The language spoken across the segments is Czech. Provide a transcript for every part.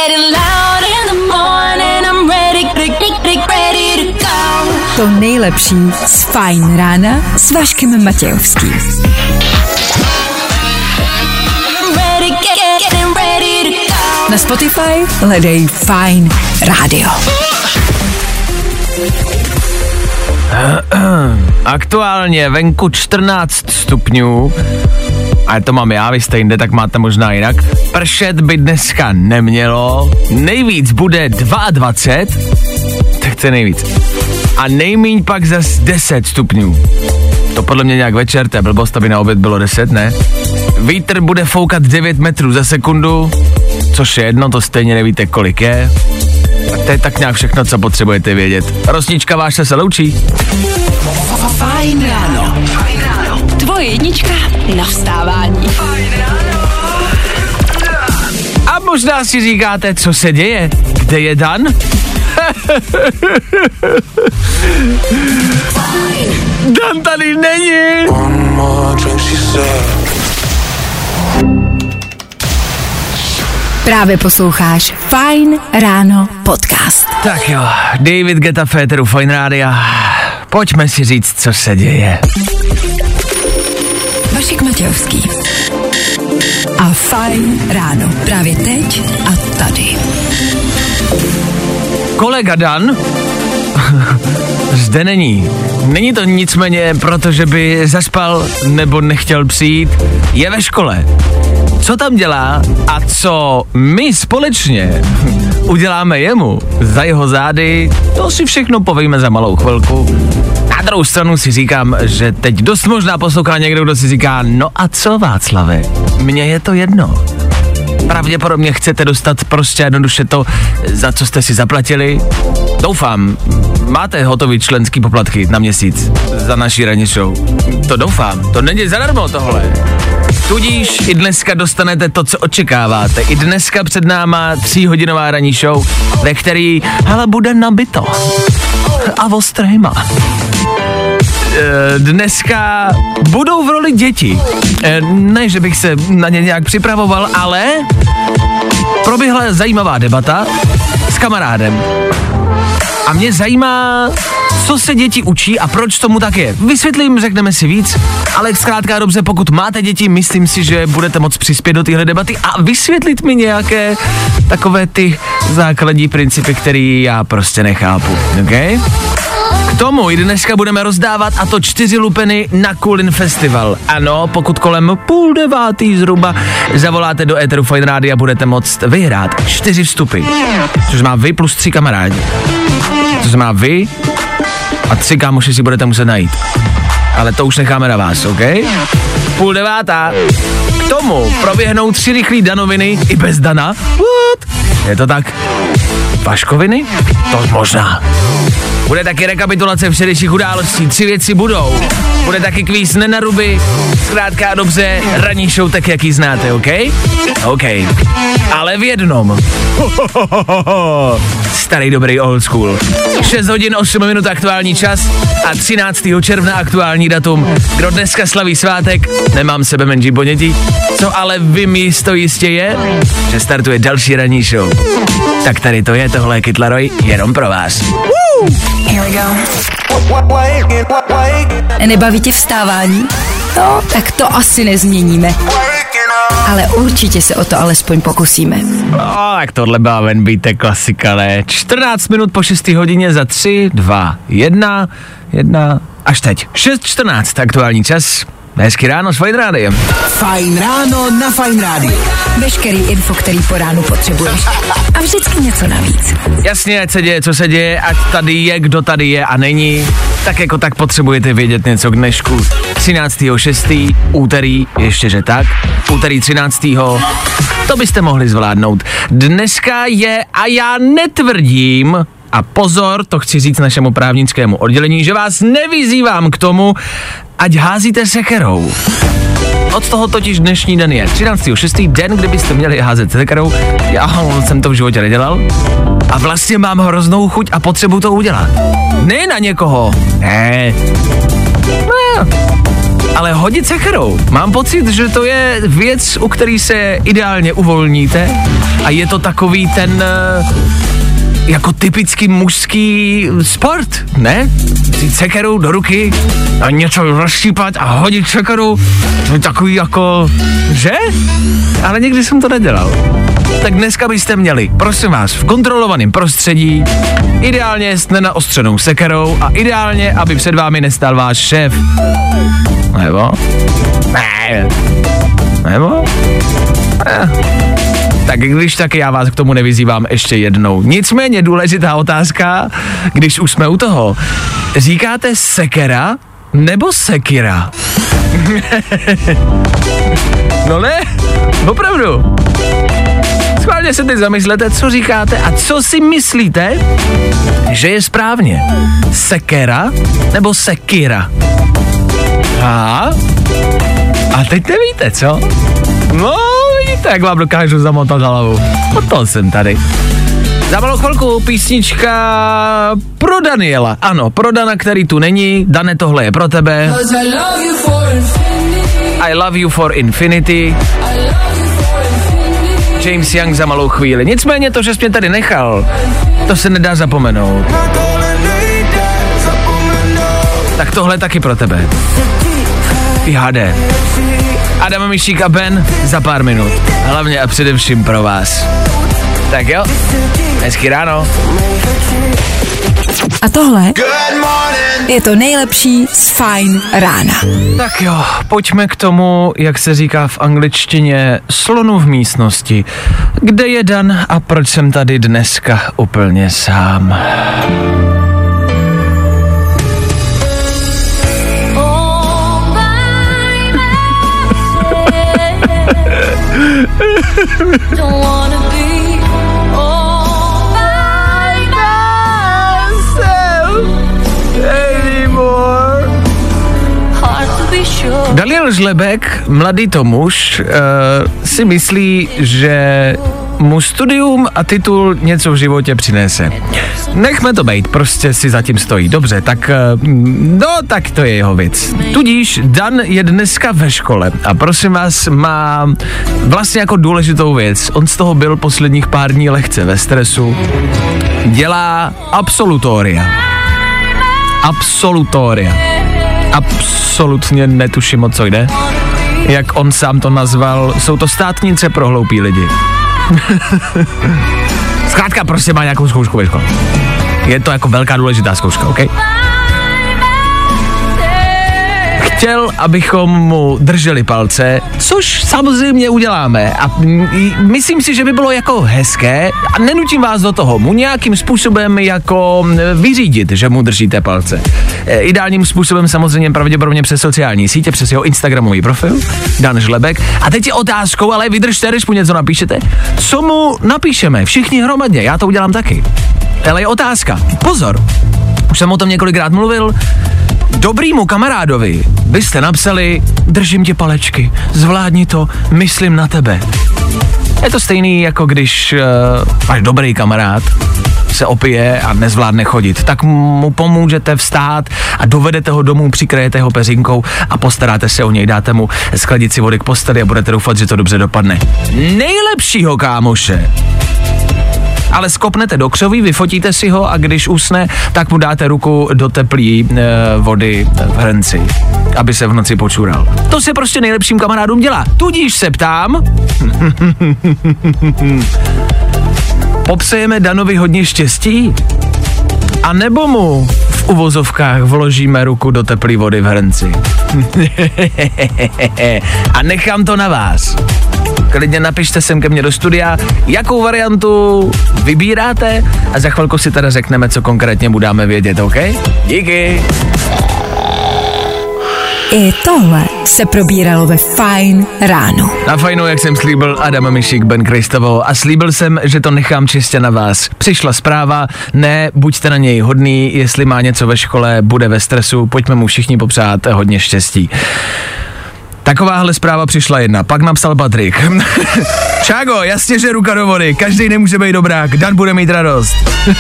To nejlepší z Fajn rána s Vaškem Matějovským. Na Spotify hledej Fajn rádio. Aktuálně venku 14 stupňů. A to mám já, vy jste jinde, tak máte možná jinak. Pršet by dneska nemělo. Nejvíc bude 22. Tak to je nejvíc. A nejmíň pak zas 10 stupňů. To podle mě nějak večer, to je blbost, aby na oběd bylo 10, ne? Vítr bude foukat 9 metrů za sekundu, což je jedno, to stejně nevíte, kolik je. A to je tak nějak všechno, co potřebujete vědět. Rosnička Váša se loučí. Fajn ráno. Tvoje jednička na vstávání. A možná si říkáte, co se děje? Kde je Dan? Dan tady není. Právě posloucháš Fajn ráno podcast. Tak jo, David Guetta v éteru Fajn rádia. Pojďme si říct, co se děje. Vašek Matějovský a Fajn ráno. Právě teď a tady. Kolega Dan zde není. Není to nicméně, protože by zaspal nebo nechtěl přijít. Je ve škole. Co tam dělá a co my společně uděláme jemu za jeho zády, to si všechno povíme za malou chvilku. Na druhou stranu si říkám, že teď dost možná poslouchá někdo, kdo si říká, no a co, Václave, mně je to jedno. Pravděpodobně chcete dostat prostě jednoduše to, za co jste si zaplatili. Doufám, máte hotový členský poplatky na měsíc za naší ranní show. To doufám, to není zadarmo tohle. Tudíž i dneska dostanete to, co očekáváte. I dneska před náma 3hodinová ranní show, ve který, hele, bude nabito. A ostrejma. Dneska budou v roli děti. Ne, že bych se na ně nějak připravoval, ale proběhla zajímavá debata s kamarádem. A mě zajímá, co se děti učí a proč tomu tak je. Vysvětlím, řekneme si víc, ale zkrátka dobře, pokud máte děti, myslím si, že budete moct přispět do téhle debaty a vysvětlit mi nějaké takové ty základní principy, které já prostě nechápu, okay? K tomu i dneska budeme rozdávat, a to 4 lupeny na Kulin Festival. Ano, pokud kolem 8:30 zhruba zavoláte do éteru Fajn rádia, budete moct vyhrát 4 vstupy, což má vy plus 3 kamarádi. Což má vy a 3 kámoši si budete muset najít. Ale to už necháme na vás, OK? 8:30. K tomu proběhnou 3 rychlý danoviny i bez Dana. What? Je to tak? Vaškoviny? To možná. Bude taky rekapitulace včerejších událostí, 3 věci budou. Bude taky kvíz Nenaruby, zkrátka dobře, ranní show tak, jak ji znáte, OK? OK. Ale v jednom. Starý dobrý old school. 6 hodin 8 minut aktuální čas a 13. června aktuální datum. Kdo dneska slaví svátek, nemám sebe menší ponětí. Co ale vím jistě je, že startuje další ranní show. Tak tady to je, tohle je Kid Laroi, jenom pro vás. Here we go. Nebaví tě vstávání? No, tak to asi nezměníme. Ale určitě se o to alespoň pokusíme. No, tak tohle byla venbíte klasika, ne? 14 minut po 6 hodině za 3, 2, 1, až teď. 6:14 aktuální čas. Hezky ráno s Fajn rádiem. Fajn ráno na Fajn rádiu. Veškerý info, který po ránu potřebuješ. A vždycky něco navíc. Jasně, ať se děje, co se děje, ať tady je, kdo tady je a není. Tak jako tak potřebujete vědět něco k dnešku. 13.6. úterý, ještě že tak. Úterý 13. To byste mohli zvládnout. Dneska je, a já netvrdím, a pozor, to chci říct našemu právnickému oddělení, že vás nevyzývám k tomu, ať házíte sekerou. Od toho totiž dnešní den je 13.6. den, kde byste měli házet sekerou. Já jsem to v životě nedělal a vlastně mám hroznou chuť a potřebu to udělat. Ne na někoho, ne. Ale hodit sekerou. Mám pocit, že to je věc, u který se ideálně uvolníte a je to takový ten jako typický mužský sport, ne? Vzít sekeru do ruky a něco rozštípat a hodit sekeru, to je takový jako, že? Ale nikdy jsem to nedělal. Tak dneska byste měli, prosím vás, v kontrolovaném prostředí, ideálně s nenaostřenou sekerou a ideálně, aby před vámi nestál váš šéf. Nebo? Nebo? Tak když taky já vás k tomu nevyzývám ještě jednou. Nicméně důležitá otázka, když už jsme u toho. Říkáte sekera nebo sekira? No ne, opravdu. Schválně se teď zamyslete, co říkáte a co si myslíte, že je správně. Sekera nebo sekira? A teď nevíte, co? No, vidíte, jak vám dokážu zamotat hlavu. O to jsem tady. Za malou chvilku písnička pro Daniela. Ano, pro Dana, který tu není. Dane, tohle je pro tebe. I love you for infinity. James Young za malou chvíli. Nicméně to, že jsi mě tady nechal, to se nedá zapomenout. Tak tohle taky pro tebe. PHD. Adam Mišík a Ben za pár minut. Hlavně a především pro vás. Tak jo, hezký ráno. A tohle je to nejlepší z Fajn rána. Tak jo, pojďme k tomu, jak se říká v angličtině, slonu v místnosti. Kde je Dan a proč jsem tady dneska úplně sám? Daniel Žlebek, mladý Tomuš, si myslí, že mu studium a titul něco v životě přinese. Nechme to bejt, prostě si zatím stojí. Dobře, tak to je jeho věc. Tudíž Dan je dneska ve škole a prosím vás, má vlastně jako důležitou věc. On z toho byl posledních pár dní lehce ve stresu. Dělá absolutoria. Absolutně netuším, o co jde. Jak on sám to nazval, jsou to státnice pro hloupý lidi. Zkrátka prostě má nějakou zkoušku ve škole. Je to jako velká důležitá zkouška, OK? Chtěl, abychom mu drželi palce, což samozřejmě uděláme a myslím si, že by bylo jako hezké a nenutím vás do toho, mu nějakým způsobem jako vyřídit, že mu držíte palce. Ideálním způsobem samozřejmě pravděpodobně přes sociální sítě, přes jeho instagramový profil, Dan Žlebek. A teď je otázkou, ale vydržte, když mu něco napíšete, co mu napíšeme, všichni hromadně, já to udělám taky. Ale je otázka, pozor, už jsem o tom několikrát mluvil, dobrýmu kamarádovi byste napsali, držím ti palečky, zvládni to, myslím na tebe. Je to stejný, jako když váš dobrý kamarád se opije a nezvládne chodit, tak mu pomůžete vstát a dovedete ho domů, přikrajete ho peřinkou a postaráte se o něj, dáte mu sklenici vody k posteli a budete doufat, že to dobře dopadne. Nejlepšího kámoše ale skopnete do křoví, vyfotíte si ho a když usne, tak mu dáte ruku do teplý vody v hrnci, aby se v noci počural. To se prostě nejlepším kamarádům dělá. Tudíž se ptám, popřejeme Danovi hodně štěstí? A nebo mu v uvozovkách vložíme ruku do teplý vody v hrnci? A nechám to na vás. Klidně napište sem ke mně do studia, jakou variantu vybíráte a za chvilku si teda řekneme, co konkrétně mu dáme vědět, OK? Díky! I tohle se probíralo ve Fajn ráno. Na Fajnu, jak jsem slíbil, Adam Mišík, Ben Kristovo a slíbil jsem, že to nechám čistě na vás. Přišla zpráva, ne, buďte na něj hodný, jestli má něco ve škole, bude ve stresu, pojďme mu všichni popřát hodně štěstí. Takováhle zpráva přišla jedna, pak napsal Patrik. Čágo, jasně, že ruka do vody, každý nemůže být dobrák, Dan bude mít radost.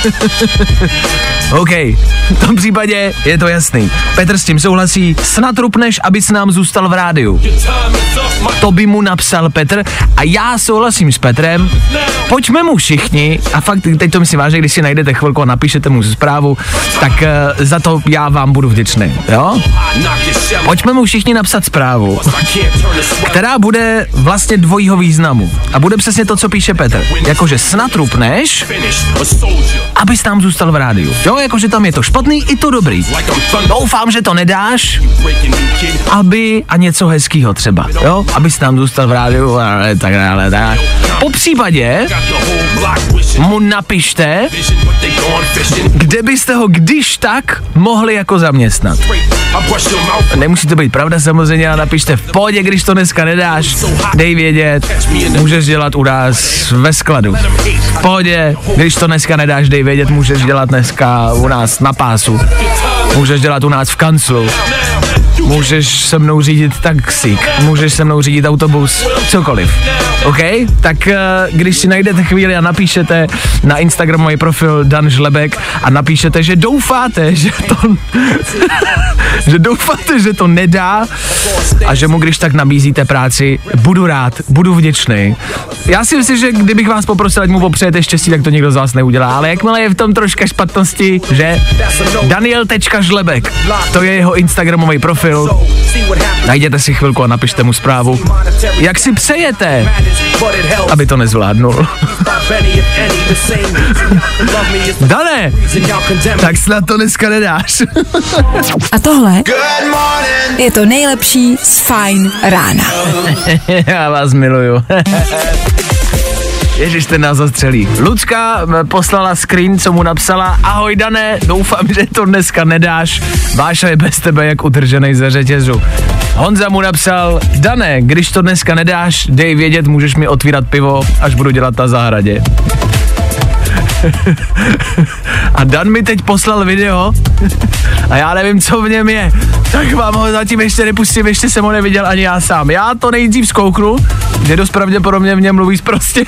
OK, v tom případě je to jasný. Petr s tím souhlasí, snad rupneš, abys nám zůstal v rádiu. To by mu napsal Petr a já souhlasím s Petrem, Pojďme mu všichni, a fakt teď to myslím vážně, když si najdete chvilku a napíšete mu zprávu, tak za to já vám budu vděčný, jo? Pojďme mu všichni napsat zprávu, která bude vlastně dvojího významu. A bude přesně to, co píše Petr. Jakože snad rupneš, abys tam zůstal v rádiu. Jo, jakože tam je to špatný i to dobrý. Doufám, že to nedáš, aby a něco hezkýho třeba, jo? Abys tam zůstal v rádiu a tak dále, tak. Po případě mu napište, kde byste ho když tak mohli jako zaměstnat. Nemusí to být pravda samozřejmě, ale napište v pohodě, když to dneska nedáš, dej vědět, můžeš dělat u nás ve skladu. V pohodě, když to dneska nedáš, dej vědět, můžeš dělat dneska u nás na pásu. Můžeš dělat u nás v kanclu. Můžeš se mnou řídit taxík, můžeš se mnou řídit autobus, cokoliv. OK? Tak když si najdete chvíli a napíšete na Instagramový profil Dan Žlebek a napíšete, že doufáte, že to nedá a že mu když tak nabízíte práci, budu rád, budu vděčný. Já si myslím, že kdybych vás poprosil, ať mu popřejete štěstí, tak to nikdo z vás neudělá, ale jakmile je v tom troška špatnosti, že Daniel.Žlebek, to je jeho Instagramový profil, najděte si chvilku a napište mu zprávu, jak si přejete, aby to nezvládnul. Dane, tak snad to dneska nedáš. A tohle je to nejlepší z Fajn rána. Já vás miluju. Ježiš, ten nás zastřelí. Lucka poslala screen, co mu napsala: ahoj Dané, doufám, že to dneska nedáš. Váša je bez tebe jak utrženej ze řetězu. Honza mu napsal: Dané, když to dneska nedáš, dej vědět, můžeš mi otvírat pivo, až budu dělat na zahradě. A Dan mi teď poslal video a já nevím, co v něm je. Tak vám ho zatím ještě nepustím, ještě jsem ho neviděl ani já sám. Já to nejdřív zkouknu, že dost pravděpodobně v něm mluví sprostě.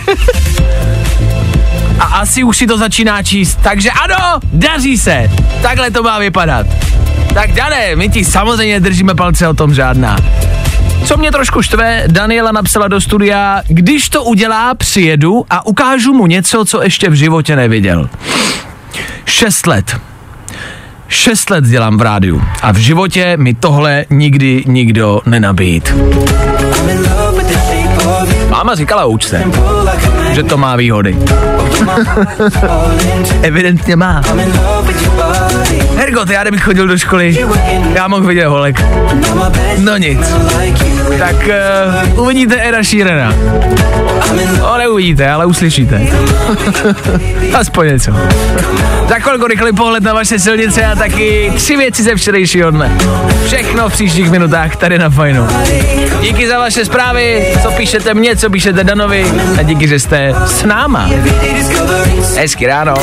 A asi už si to začíná číst, takže ano, daří se. Takhle to má vypadat. Tak Dané, my ti samozřejmě držíme palce, o tom žádná. Co mě trošku štve, Daniela napsala do studia: když to udělá, přijedu a ukážu mu něco, co ještě v životě neviděl. 6 let. 6 let dělám v rádiu a v životě mi tohle nikdy nikdo nenabít. Máma říkala učce, že to má výhody. Evidentně má. Hergot, já kdybych chodil do školy, já mohl vidět holek. No nic. Tak uvidíte Eda Sheerana. Neuvidíte, ale uslyšíte. Aspoň něco. Za chvilku rychlý pohled na vaše silnice a taky 3 věci ze včerejšího dne. Všechno v příštích minutách tady na Fajnu. Díky za vaše zprávy, co píšete mně, co píšete Danovi, a díky, že jste s náma. Hezky ráno.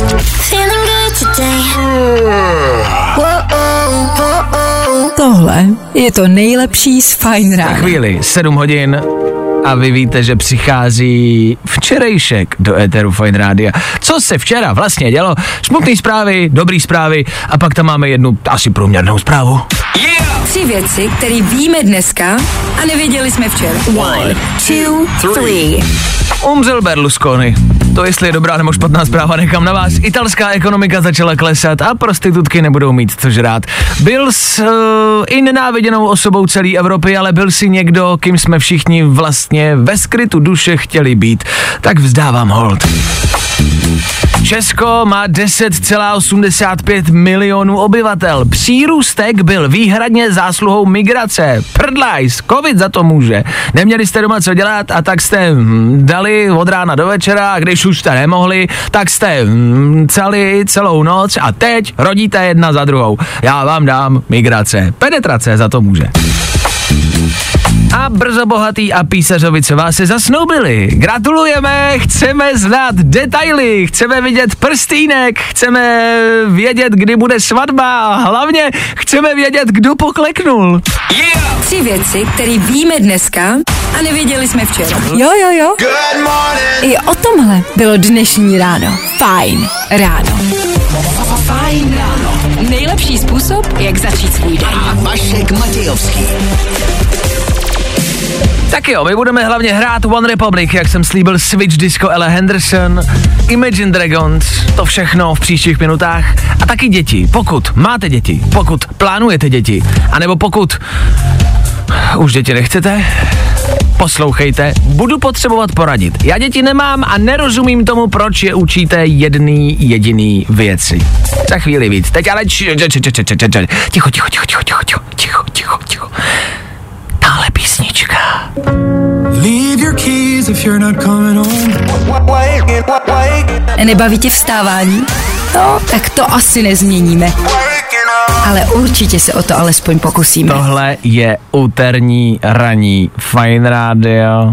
Tohle je to nejlepší z Fajn rána. Na chvíli 7 hodin a vy víte, že přichází včerejšek do éteru Fajn rádia. Co se včera vlastně dělo? Smutné zprávy, dobrý zprávy a pak tam máme jednu asi průměrnou zprávu. 3 věci, které víme dneska a nevěděli jsme včera. 1, 2, 3. Umřel Berlusconi. To, jestli je dobrá nebo špatná zpráva, nechám na vás. Italská ekonomika začala klesat a prostitutky nebudou mít co žrát. Byl i nenáviděnou osobou celé Evropy, ale byl si někdo, kým jsme všichni vlastně ve skrytu duše chtěli být. Tak vzdávám hold. Česko má 10,85 milionů obyvatel. Přírůstek byl výhradně zásluhou migrace. Prdlajs, covid za to může. Neměli jste doma co dělat a tak jste dali od rána do večera a když už jste nemohli, tak jste celou noc a teď rodíte jedna za druhou. Já vám dám migrace. Penetrace za to může. A brzo bohatý a Písařovicová se zasnoubili. Gratulujeme, chceme znát detaily, chceme vidět prstýnek, chceme vědět, kdy bude svatba a hlavně chceme vědět, kdo pokleknul. 3 věci, které víme dneska a nevěděli jsme včera. Jo. Good morning. I o tomhle bylo dnešní ráno. Fajn ráno. Fajn ráno. Nejlepší způsob, jak začít svůj den. A Vašek Matějovský. Tak jo, my budeme hlavně hrát One Republic, jak jsem slíbil, Switch Disco, Ella Henderson, Imagine Dragons, to všechno v příštích minutách. A taky děti, pokud máte děti, pokud plánujete děti, anebo pokud už děti nechcete, poslouchejte, budu potřebovat poradit. Já děti nemám a nerozumím tomu, proč je učíte jedný jediný věci. Za chvíli víc. Teď ale ticho. Tahle písnička. Leave your keys if you're not coming home. Nebaví tě vstávání? No, tak to asi nezměníme. Ale určitě se o to alespoň pokusíme. Tohle je úterní ranní Fajn rádio.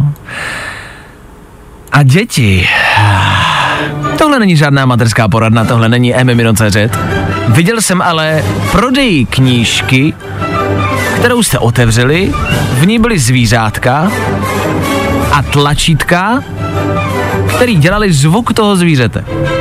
A děti... Tohle není žádná mateřská poradna, tohle není MMI.cz. Viděl jsem ale prodej knížky, kterou jste otevřeli, v ní byly zvířátka a tlačítka, který dělali zvuk toho zvířete.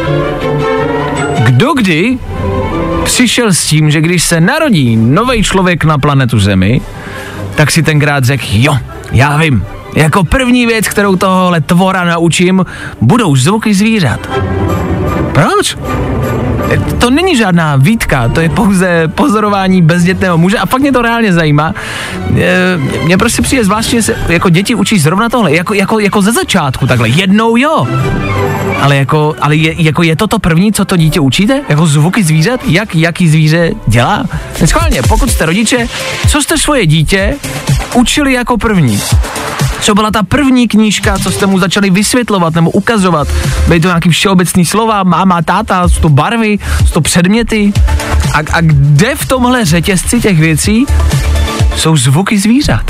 Kdo kdy přišel s tím, že když se narodí nový člověk na planetu Zemi, tak si tenkrát řekl, jo, já vím, jako první věc, kterou tohohle tvora naučím, budou zvuky zvířat. Proč? To není žádná výtka, to je pouze pozorování bezdětného muže a fakt mě to reálně zajímá. Mně prostě přijde zvláštně, se jako děti učí zrovna tohle, jako ze začátku takhle, jednou jo. Ale je to první, co to dítě učíte? Jako zvuky zvířat? Jaký zvíře dělá? Schválně, pokud jste rodiče, co jste svoje dítě učili jako první? Co byla ta první knížka, co jste mu začali vysvětlovat nebo ukazovat? Byly to nějaký všeobecný slova, máma, táta, jsou to barvy, jsou to předměty? A kde v tomhle řetězci těch věcí jsou zvuky zvířat?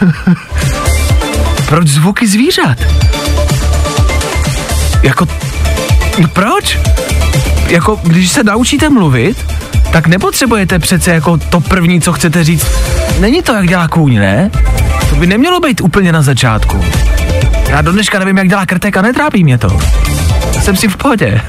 Proč zvuky zvířat? Proč? Když se naučíte mluvit, tak nepotřebujete přece jako to první, co chcete říct. Není to, jak dělá kůň, ne? To by nemělo být úplně na začátku. Já do dneška nevím, jak dělá krtek a netrápí mě to. Jsem si v pohodě.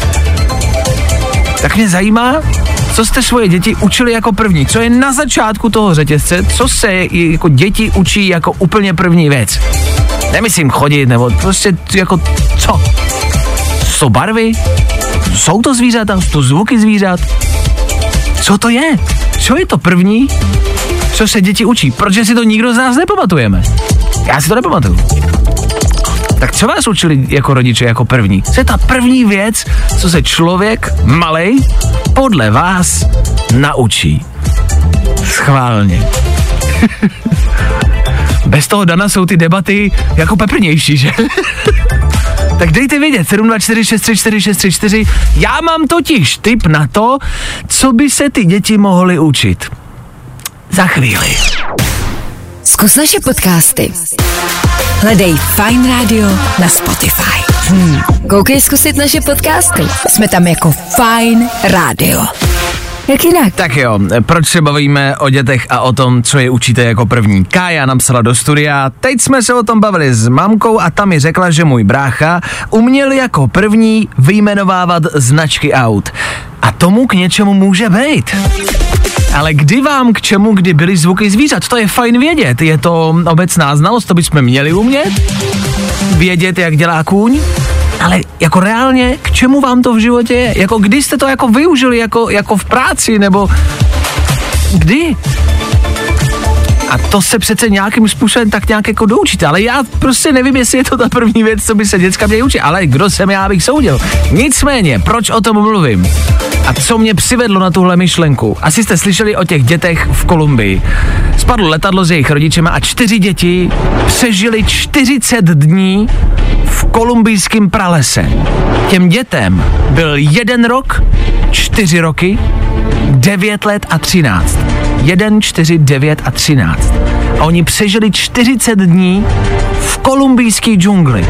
Tak mě zajímá, co jste svoje děti učili jako první. Co je na začátku toho řetězce, co se jako děti učí jako úplně první věc. Nemyslím chodit, nebo prostě jako co? Jsou barvy? Jsou to zvířata? Jsou to zvuky zvířat? Co to je? Co je to první, co se děti učí? Protože si to nikdo z nás nepamatujeme. Já si to nepamatuju. Tak co vás učili jako rodiče jako první? Co je ta první věc, co se člověk malej podle vás naučí? Schválně. Bez toho Dana jsou ty debaty jako peprnější, že? Tak dejte vědět, 724634634. Já mám totiž tip na to, co by se ty děti mohly učit. Za chvíli. Zkus naše podcasty. Hledej Fajn Radio na Spotify. Koukej zkusit naše podcasty. Jsme tam jako Fajn Radio. Jak jinak? Tak jo, proč se bavíme o dětech a o tom, co je učíte jako první? Kája napsala do studia, teď jsme se o tom bavili s mamkou a ta mi řekla, že můj brácha uměl jako první vyjmenovávat značky aut. A tomu k něčemu může být. Ale kdy vám k čemu, kdy byly zvuky zvířat? To je fajn vědět, je to obecná znalost, to bychom měli umět. Vědět, jak dělá kůň. Ale jako reálně, k čemu vám to v životě je? Jako kdy jste to jako využili, jako v práci, nebo kdy? A to se přece nějakým způsobem tak nějak jako doučíte, ale já prostě nevím, jestli je to ta první věc, co by se děcka měli učit, ale kdo jsem já, abych soudil. Nicméně, proč o tom mluvím? A co mě přivedlo na tuhle myšlenku? Asi jste slyšeli o těch dětech v Kolumbii. Spadlo letadlo s jejich rodičema a 4 děti přežili 40 dní v kolumbijském pralese. Těm dětem byl 1 rok, 4 roky, 9 let a 13. 1, 4, 9 a 13. A oni přežili 40 dní v kolumbijské džungli.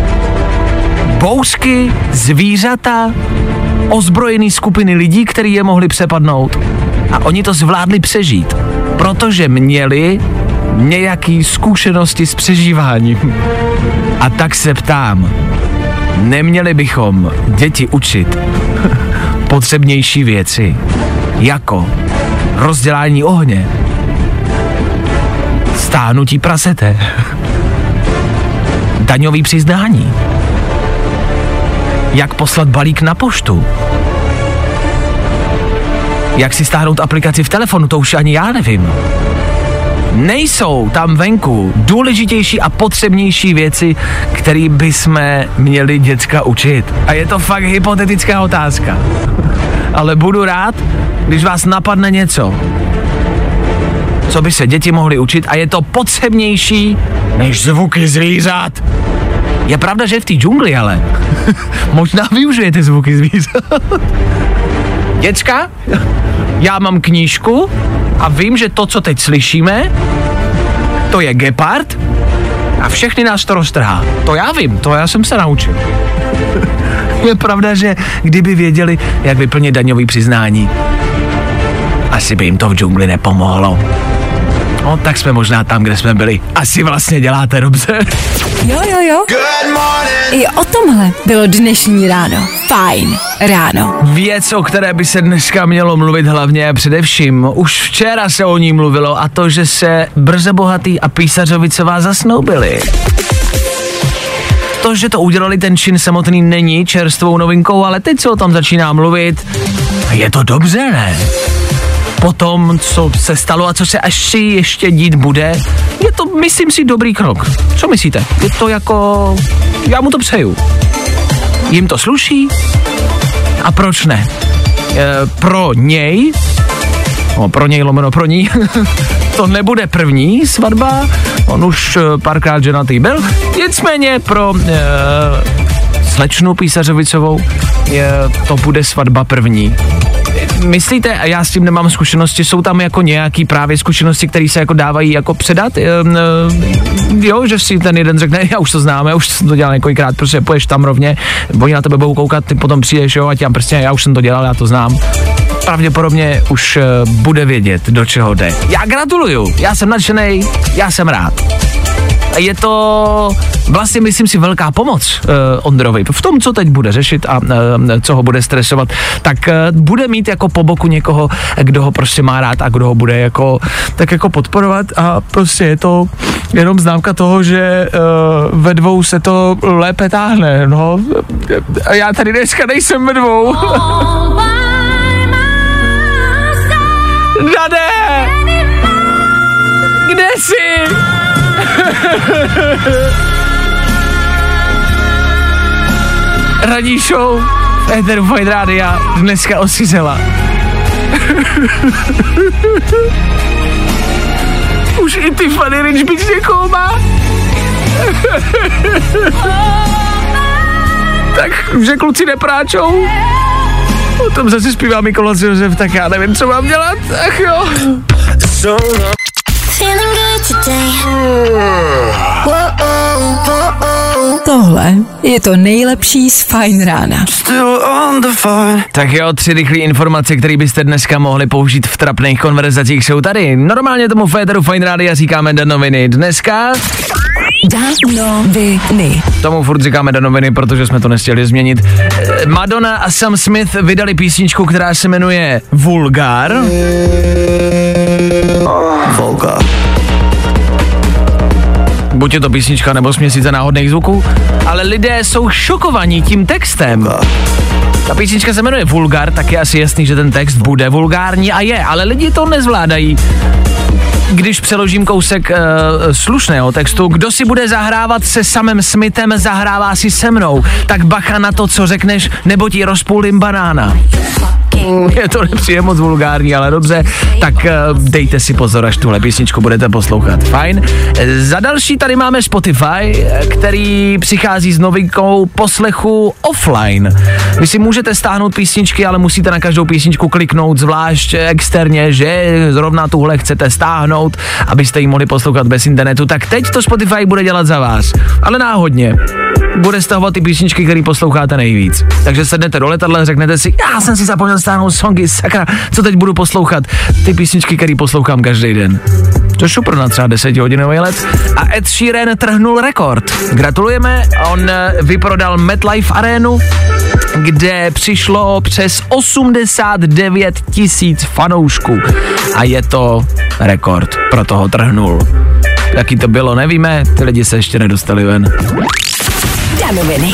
Bouřky, zvířata, ozbrojený skupiny lidí, který je mohli přepadnout. A oni to zvládli přežít, protože měli nějaký zkušenosti s přežíváním. A tak se ptám, neměli bychom děti učit potřebnější věci, jako rozdělání ohně, stánutí prasete, daňový přiznání, jak poslat balík na poštu, jak si stáhnout aplikaci v telefonu, to už ani já nevím. Nejsou tam venku důležitější a potřebnější věci, které bychom měli děcka učit. A je to fakt hypotetická otázka. Ale budu rád, když vás napadne něco, co by se děti mohly učit a je to potřebnější než zvuky zvířat. Je pravda, že v té džungli, ale možná využijete zvuky zvířat. Děcka, já mám knížku a vím, že to, co teď slyšíme, to je gepard a všechny nás to roztrhá. To já vím, to já jsem se naučil. Je pravda, že kdyby věděli, jak vyplnit daňový přiznání, asi by jim to v džungli nepomohlo. No, tak jsme možná tam, kde jsme byli. Asi vlastně děláte dobře. Jo. I o tomhle bylo dnešní ráno. Fajn ráno. Věc, o které by se dneska mělo mluvit hlavně a především, už včera se o ní mluvilo, a to, že se Brzobohatý a Písařovicová zasnoubili. To, že to udělali, ten čin samotný není čerstvou novinkou, ale teď se o tom začíná mluvit. Je to dobře, ne? Po tom, co se stalo a co se až ještě dít bude, je to, myslím si, dobrý krok. Co myslíte? Je to jako... Já mu to přeju. Jim to sluší? A proč ne? Pro něj, pro ní, to nebude první svatba, on už párkrát ženatý byl, nicméně pro slečnu Písařovicovou to bude svatba první. Myslíte, a já s tím nemám zkušenosti, jsou tam jako nějaký právě zkušenosti, které se jako dávají jako předat? Jo, že si ten jeden řekne, já už to znám, já už jsem to dělal několikrát, protože poješ tam rovně, oni na tebe budou koukat, ty potom přijdeš, jo, a tím prostě, já už jsem to dělal, já to znám. Pravděpodobně už bude vědět, do čeho jde. Já gratuluju, já jsem nadšenej, já jsem rád. Je to vlastně, myslím si, velká pomoc Ondrovi v tom, co teď bude řešit a co ho bude stresovat, tak bude mít jako po boku někoho, kdo ho prostě má rád a kdo ho bude jako, tak jako podporovat a prostě je to jenom známka toho, že ve dvou se to lépe táhne, no. A já tady dneska nejsem ve dvou. Dane! Kde jsi? Ranní show Éteru Fajn Rádia dneska osizela. Už i ty Fanny Rich Beach někoho má. Tak, že kluci nepráčou. O tom zase zpívá Mikolas Josef, tak já nevím, co mám dělat. Ach jo. Tohle je to nejlepší z Fajn rána. Tak jo, 3 rychlé informace, které byste dneska mohli použít v trapných konverzacích, jsou tady. Normálně tomu v éteru Fajn Rádia říkáme danoviny. Dneska... danoviny. Tomu furt říkáme danoviny, protože jsme to nestihli změnit. Madonna a Sam Smith vydali písničku, která se jmenuje Vulgar. Buď je to písnička nebo směsice náhodných zvuků, ale lidé jsou šokovaní tím textem. Ta písnička se jmenuje Vulgar, tak je asi jasný, že ten text bude vulgární a je, ale lidi to nezvládají. Když přeložím kousek slušného textu, kdo si bude zahrávat se Samem Smithem, zahrává si se mnou, tak bacha na to, co řekneš, nebo ti rozpůlím banána. Je to nepřijde moc vulgární, ale dobře, tak dejte si pozor, až tuhle písničku budete poslouchat. Fajn. Za další tady máme Spotify, který přichází s novinkou poslechu offline. Vy si můžete stáhnout písničky, ale musíte na každou písničku kliknout zvlášť externě, že zrovna tuhle chcete stáhnout, abyste ji mohli poslouchat bez internetu. Tak teď to Spotify bude dělat za vás, ale náhodně. Bude stahovat ty písničky, které posloucháte nejvíc. Takže sednete do letadla, řeknete si, já jsem si zapomněl stáhnout songy, sakra, co teď budu poslouchat? Ty písničky, které poslouchám každý den. To je super na třeba 10hodinový let. A Ed Sheeran trhnul rekord. Gratulujeme, on vyprodal MetLife Arenu, kde přišlo přes 89 000 fanoušků. A je to rekord, proto ho trhnul. Jaký to bylo, nevíme, ty lidi se ještě nedostali ven. Danoviny.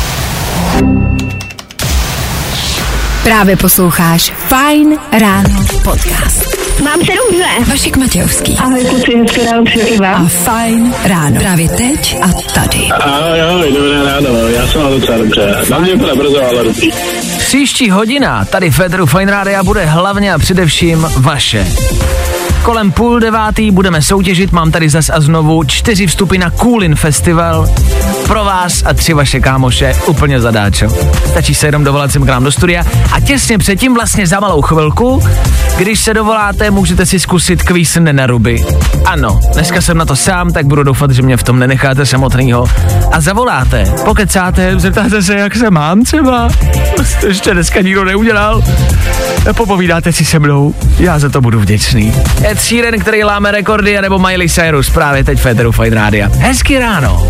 Právě posloucháš Fajn ráno podcast. Mám se dobře. Vašek Matějovský. Ahoj kluci, hezké ráno přeju i A vám. Fajn ráno. Právě teď a tady. Ahoj, dobré ráno, já jsem mám docela dobře. Na mě úplně brzo, ale dobrý. Příští hodina tady v éteru Fajn rádia bude hlavně a především vaše. Kolem 8:30 budeme soutěžit, mám tady zas a znovu 4 vstupy na Coolin Festival. Pro vás a 3 vaše kámoše úplně zadáčo. Stačí se jenom dovolat sem k nám do studia a těsně předtím, vlastně za malou chvilku, když se dovoláte, můžete si zkusit kvíz na ruby. Ano, dneska jsem na to sám, tak budu doufat, že mě v tom nenecháte samotnýho. A zavoláte, pokecáte, zeptáte se, jak se mám třeba. To ještě dneska nikdo neudělal. Popovídáte si se mnou, já za to budu vděčný. Ed Sheeran, který láme rekordy, anebo Miley Cyrus, právě teď v éteru Fajn rádia. Hezký ráno.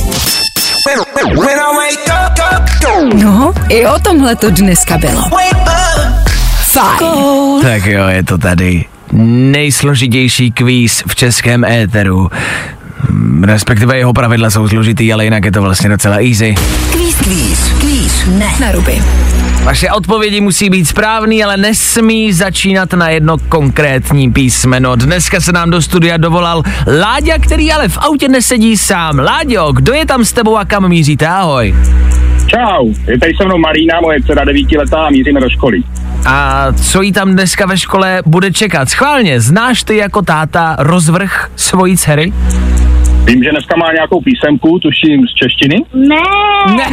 No, i o tomhle to dneska bylo. Fajn. Tak jo, je to tady. Nejsložitější kvíz v českém éteru. Respektive jeho pravidla jsou složitý, ale jinak je to vlastně docela easy. Kvíz. Ne. Na ruby. Vaše odpovědi musí být správný, ale nesmí začínat na jedno konkrétní písmeno. Dneska se nám do studia dovolal Láďa, který ale v autě nesedí sám. Láďo, kdo je tam s tebou a kam míříte? Ahoj. Čau, je tady se mnou Marína, moje dcera 9letá a míříme do školy. A co jí tam dneska ve škole bude čekat? Schválně, znáš ty jako táta rozvrh svojí dcery? Vím, že dneska má nějakou písemku, tuším z češtiny. Ne,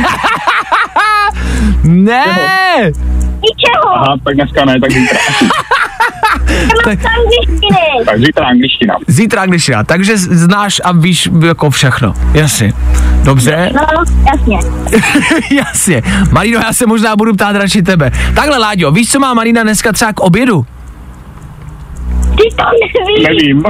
Ne! ničeho. Aha, tak dneska ne, tak zítra. Mám tam angličtiny. Tak zítra angličtina. Zítra angličtina, takže znáš a víš jako všechno. Jasně. Dobře? No, jasně. Jasně. Marino, já se možná budu ptát radši tebe. Takhle, Láďo, víš, co má Marina dneska třeba k obědu? Ty to nevíš. Nevím.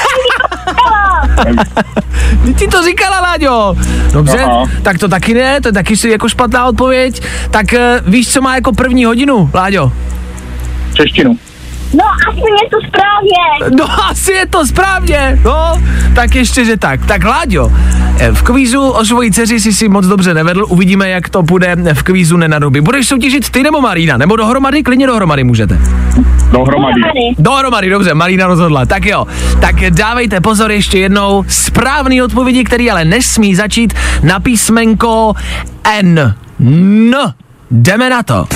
Ty to říkala, Láďo. Dobře, Aha. tak to taky ne, to je taky jako špatná odpověď. Tak víš, co má jako první hodinu, Láďo? Češtinu. No, aspoň je to správně. No, asi je to správně, no, tak ještě, že tak. Tak Láďo, v kvízu o svojí dceři si moc dobře nevedl, uvidíme, jak to bude v kvízu Nenaruby. Budeš soutěžit ty nebo Marína, nebo dohromady? Klidně dohromady můžete. Dohromady. Dohromady, dobře, Marína rozhodla, tak jo. Tak dávejte pozor ještě jednou, správný odpovědi, který ale nesmí začít na písmenko N. Jdeme na to.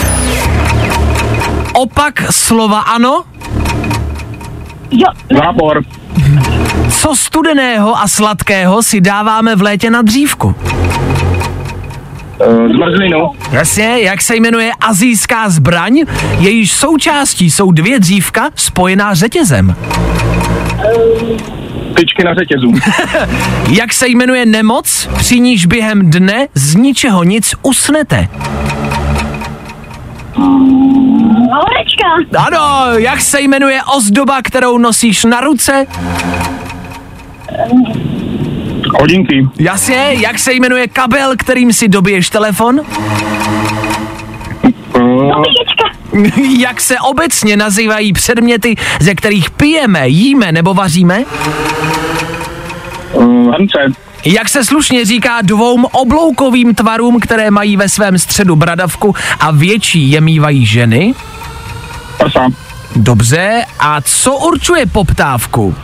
Opak slova ano? Jo, Zápor. Co studeného a sladkého si dáváme v létě na dřívku? Zmrzlinu. Jasně, jak se jmenuje asijská zbraň, jejíž součástí jsou 2 dřívka spojená řetězem? Tyčky na řetězu. Jak se jmenuje nemoc, při níž během dne z ničeho nic usnete? horečka. Ano, jak se jmenuje ozdoba, kterou nosíš na ruce? Hodinky. Jasně, jak se jmenuje kabel, kterým si dobiješ telefon? Dobíječka. Jak se obecně nazývají předměty, ze kterých pijeme, jíme nebo vaříme? Hrnce. Jak se slušně říká 2 obloukovým tvarům, které mají ve svém středu bradavku a větší je mívají ženy? Prsa. Dobře, a co určuje poptávku?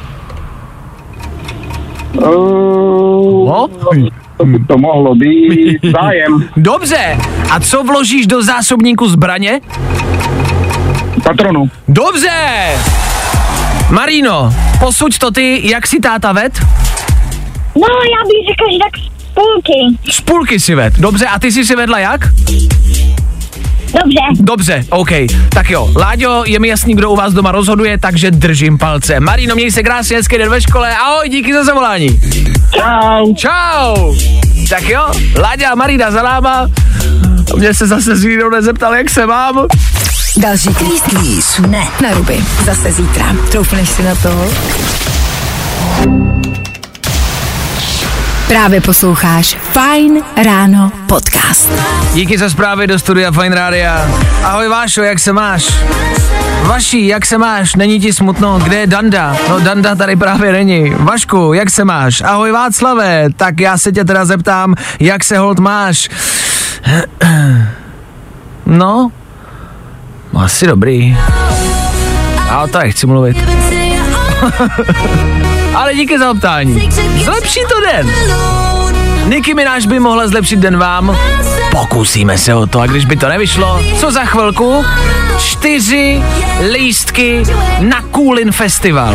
To mohlo být zájem. Dobře, a co vložíš do zásobníku zbraně? Patronu. Dobře! Marino, posuď to ty, jak si táta ved? No, já bych řekl, že tak z půlky. Z půlky si ved. Dobře, a ty jsi si vedla jak? Dobře. Dobře, OK. Tak jo, Láďo, je mi jasný, kdo u vás doma rozhoduje, takže držím palce. Marino, měj se krásně, hezký den ve škole. Ahoj, díky za zavolání. Čau. Čau. Tak jo, Láďa a Marina za náma. Mě se zase s nikdo nezeptal, jak se mám. Další kvíz. Ne. Na ruby. Zase zítra. Troufneš si na to? Právě posloucháš Fajn ráno podcast. Díky za zprávy do studia Fajn rádia. Ahoj Vášo, jak se máš? Vaši, jak se máš? Není ti smutno? Kde je Danda? No Danda tady právě není. Vašku, jak se máš? Ahoj Václave, tak já se tě teda zeptám, jak se holt máš? No, asi dobrý. A o to chci mluvit. Ale díky za optání. Zlepší to den. Nicki Minaj by mohla zlepšit den vám. Pokusíme se o to, a když by to nevyšlo, co za chvilku? 4 lístky na Coolin Festival.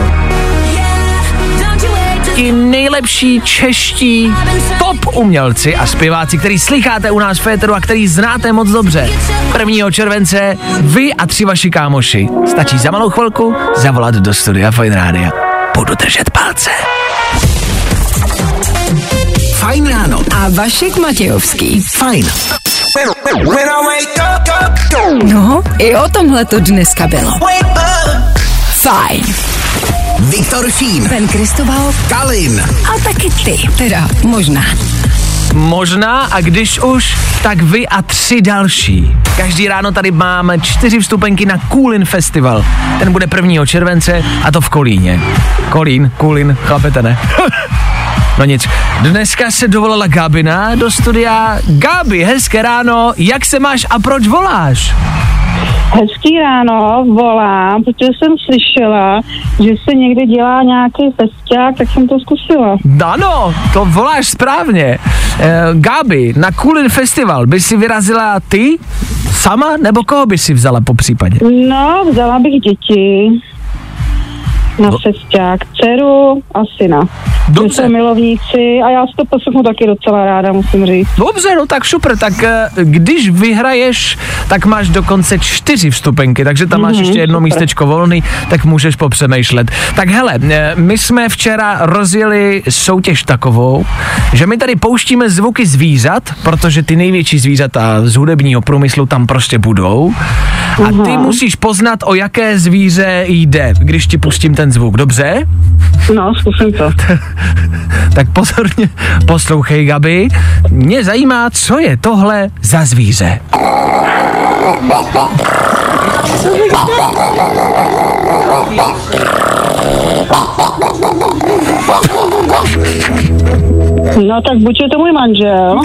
Ti nejlepší čeští top umělci a zpěváci, který slycháte u nás v féteru a který znáte moc dobře. 1. července vy a 3 vaši kámoši. Stačí za malou chvilku zavolat do studia Fine Rádia. Budu držet palce. Fajn ráno. A Vašek Matějovský. Fajn. No, i o tomhle to dneska bylo. Fajn. Viktor Šín, Ben Kristoval, Kalin a taky ty. Teda možná. Možná, a když už, tak vy a 3 další. Každý ráno tady máme 4 vstupenky na Coolin Festival. Ten bude 1. července a to v Kolíně. Coolin, chápete, ne? No nic, dneska se dovolala Gabina do studia. Gabi, hezké ráno, jak se máš a proč voláš? Hezký ráno, volám, protože jsem slyšela, že se někde dělá nějaký festiák, tak jsem to zkusila. Ano, to voláš správně. Gabi, na Coolin Festival by si vyrazila ty sama, nebo koho by si vzala po případě? No, vzala bych děti na festiák, dceru a syna. Dobře. Jsou milovníci a já si to poslechnu taky docela ráda, musím říct. Dobře, no tak super, tak když vyhraješ, tak máš dokonce 4 vstupenky, takže tam máš ještě jedno místečko volný, tak můžeš popřemýšlet. Tak hele, my jsme včera rozjeli soutěž takovou, že my tady pouštíme zvuky zvířat, protože ty největší zvířata z hudebního průmyslu tam prostě budou. A ty musíš poznat, o jaké zvíře jde, když ti pustím ten zvuk, dobře? No, zkusím to. Tak pozorně poslouchej, Gabi. Mě zajímá, co je tohle za zvíře. No tak buď je to můj manžel.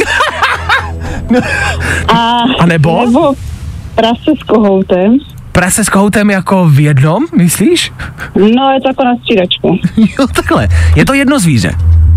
A nebo? Nebo prase s kohoutem. Prase s kohoutem jako v jednom, myslíš? No, je to jako na střídačku. Jo, takhle. Je to jedno zvíře.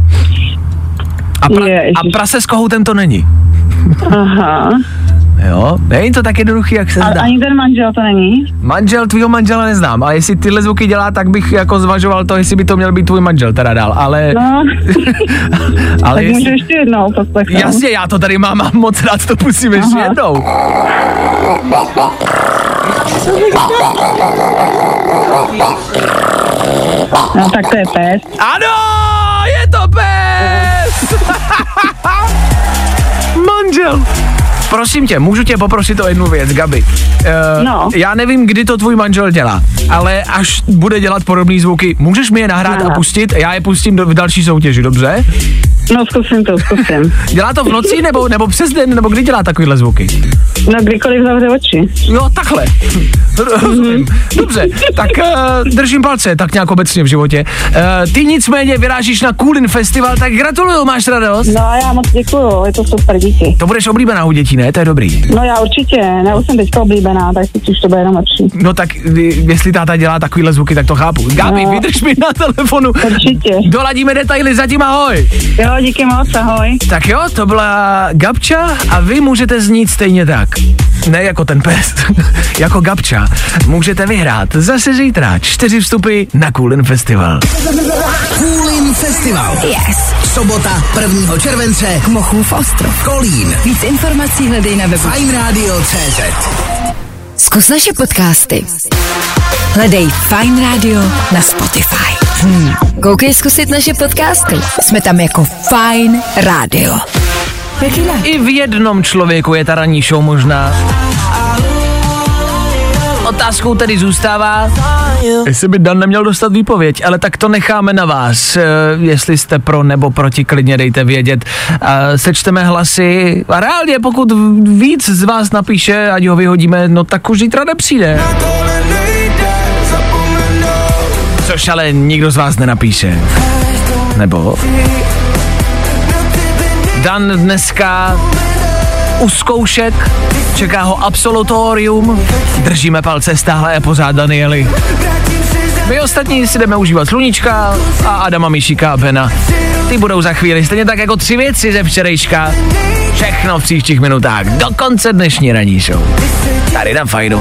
A prase s kohoutem to není. Aha. Jo, není to tak jednoduchý, jak se zdá. Ani ten manžel to není? Manžel, tvýho manžela neznám, ale jestli tyhle zvuky dělá, tak bych jako zvažoval to, jestli by to měl být tvůj manžel teda dál, ale... No, ale tak můžu ještě jednou poslechnout. Jasně, já to tady mám a moc rád to pustím ještě jednou. No tak to je pes. Ano, je to pes! Manžel. Prosím tě, můžu tě poprosit o jednu věc, Gabi. No. Já nevím, kdy to tvůj manžel dělá, ale až bude dělat podobné zvuky, můžeš mi je nahrát a pustit? Já je pustím v další soutěži, dobře? No, zkusím. Dělá to v noci, nebo přes den, nebo kdy dělá takovýhle zvuky? No, kdykoliv zavře oči. Jo, takhle. Rozumím. Dobře, tak držím palce, tak nějak obecně v životě. Ty nicméně vyrážíš na Coolin Festival, tak gratuluju, máš radost? No, já moc děkuju, je to super, díky. To budeš oblíbená u dětí, ne? To je dobrý. No, já určitě, já už jsem teďka oblíbená, tak si už to bude jenom lepší. No tak, jestli táta dělá takovýhle zvuky, tak to chápu. Gabi, vydrž mi na telefonu. Určitě. Doladíme detaily, zatím ahoj. Jo, díky moc, ahoj. Tak jo, to byla Gabča a vy můžete znít stejně tak. Ne jako ten pes, jako Gabča. Můžete vyhrát zase zítra 4 vstupy na Coolin Festival. Coolin Festival. Yes. Sobota 1. července. Mochův ostrov. Kolín. Víc informací hledej na webu Fajnradio.cz. Zkus naše podcasty. Hledej Fajn Radio na Spotify. Koukej zkusit naše podcasty. Jsme tam jako Fajn Radio. I v jednom člověku je ta ranní show možná. Otázkou tedy zůstává, jestli by Dan neměl dostat výpověď, ale tak to necháme na vás. Jestli jste pro nebo proti, klidně dejte vědět. Sečteme hlasy a reálně, pokud víc z vás napíše, ať ho vyhodíme, no tak už zítra nepřijde. Což ale nikdo z vás nenapíše. Nebo? Dan dneska u zkoušek, čeká ho absolutorium, držíme palce stále a pořád Danieli. My ostatní si jdeme užívat sluníčka a Adama, Míšíka a Bena. Ty budou za chvíli, stejně tak jako 3 věci ze včerejška. Všechno v příštích minutách, do konce dnešní ranní show. Tady na Fajnu.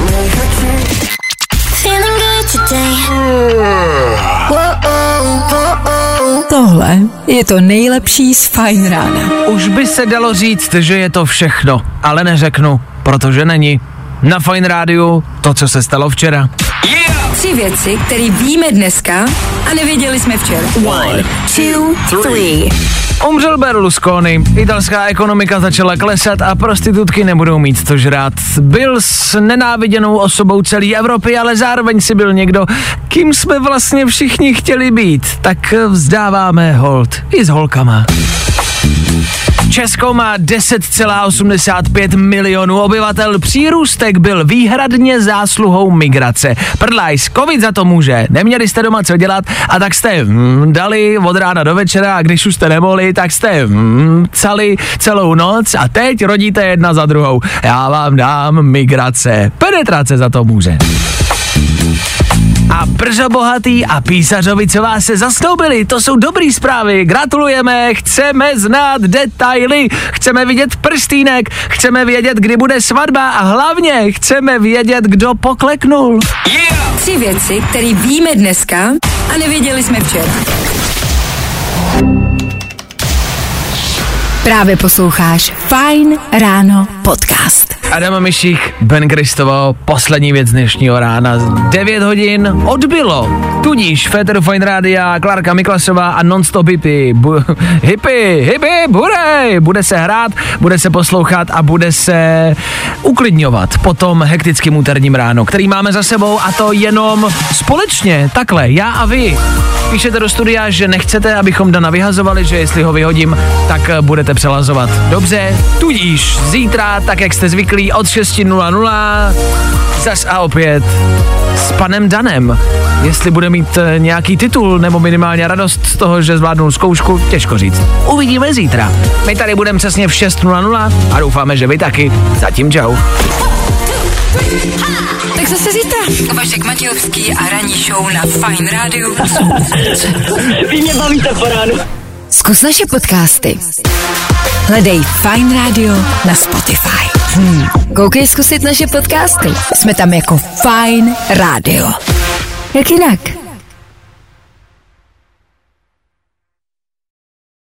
Tohle je to nejlepší z Fajn rána. Už by se dalo říct, že je to všechno, ale neřeknu, protože není. Na Fajn rádiu to, co se stalo včera. 3 věci, které víme dneska a nevěděli jsme včera. 1, 2, 3. Umřel Berlusconi, italská ekonomika začala klesat a prostitutky nebudou mít co žrát. Byl s nenáviděnou osobou celé Evropy, ale zároveň si byl někdo, kým jsme vlastně všichni chtěli být. Tak vzdáváme hold i s holkama. Česko má 10,85 milionů obyvatel, přírůstek byl výhradně zásluhou migrace. Prdlajs, covid za to může, neměli jste doma co dělat a tak jste dali od rána do večera a když už jste nemohli, tak jste cali celou noc a teď rodíte jedna za druhou. Já vám dám migrace, penetrace za to může. A Brzo Bohatý a Písařovicová se zasnoubili, to jsou dobrý zprávy, gratulujeme, chceme znát detaily, chceme vidět prstýnek, chceme vědět, kdy bude svatba a hlavně chceme vědět, kdo pokleknul. 3 věci, které víme dneska a nevěděli jsme včera. Právě posloucháš Fajn ráno podcast. Adam Mišík, Ben Kristovo, poslední věc dnešního rána. 9 hodin odbylo. Tudíž Féteru Fajn rádia, Klárka Miklasová a Non-Stop Hippie, bude se hrát, bude se poslouchat a bude se uklidňovat po tom hektickým úterním ráno, který máme za sebou a to jenom společně, takhle, já a vy. Píšete do studia, že nechcete, abychom Dana vyhazovali, že jestli ho vyhodím, tak budete přelazovat. Dobře, tudíž zítra, tak jak jste zvyklí, od 6:00 zas a opět s panem Danem. Jestli bude mít nějaký titul nebo minimálně radost z toho, že zvládnul zkoušku, těžko říct. Uvidíme zítra. My tady budeme přesně v 6:00 a doufáme, že vy taky. Zatím čau. Tak zase zítra. Vašek Matějovský a ranní show na Fajn rádiu. Vy mě bavíte po ránu. Zkus naše podcasty. Hledej Fajn rádio na Spotify. Koukej zkusit naše podcasty. Jsme tam jako Fajn rádio. Jak jinak?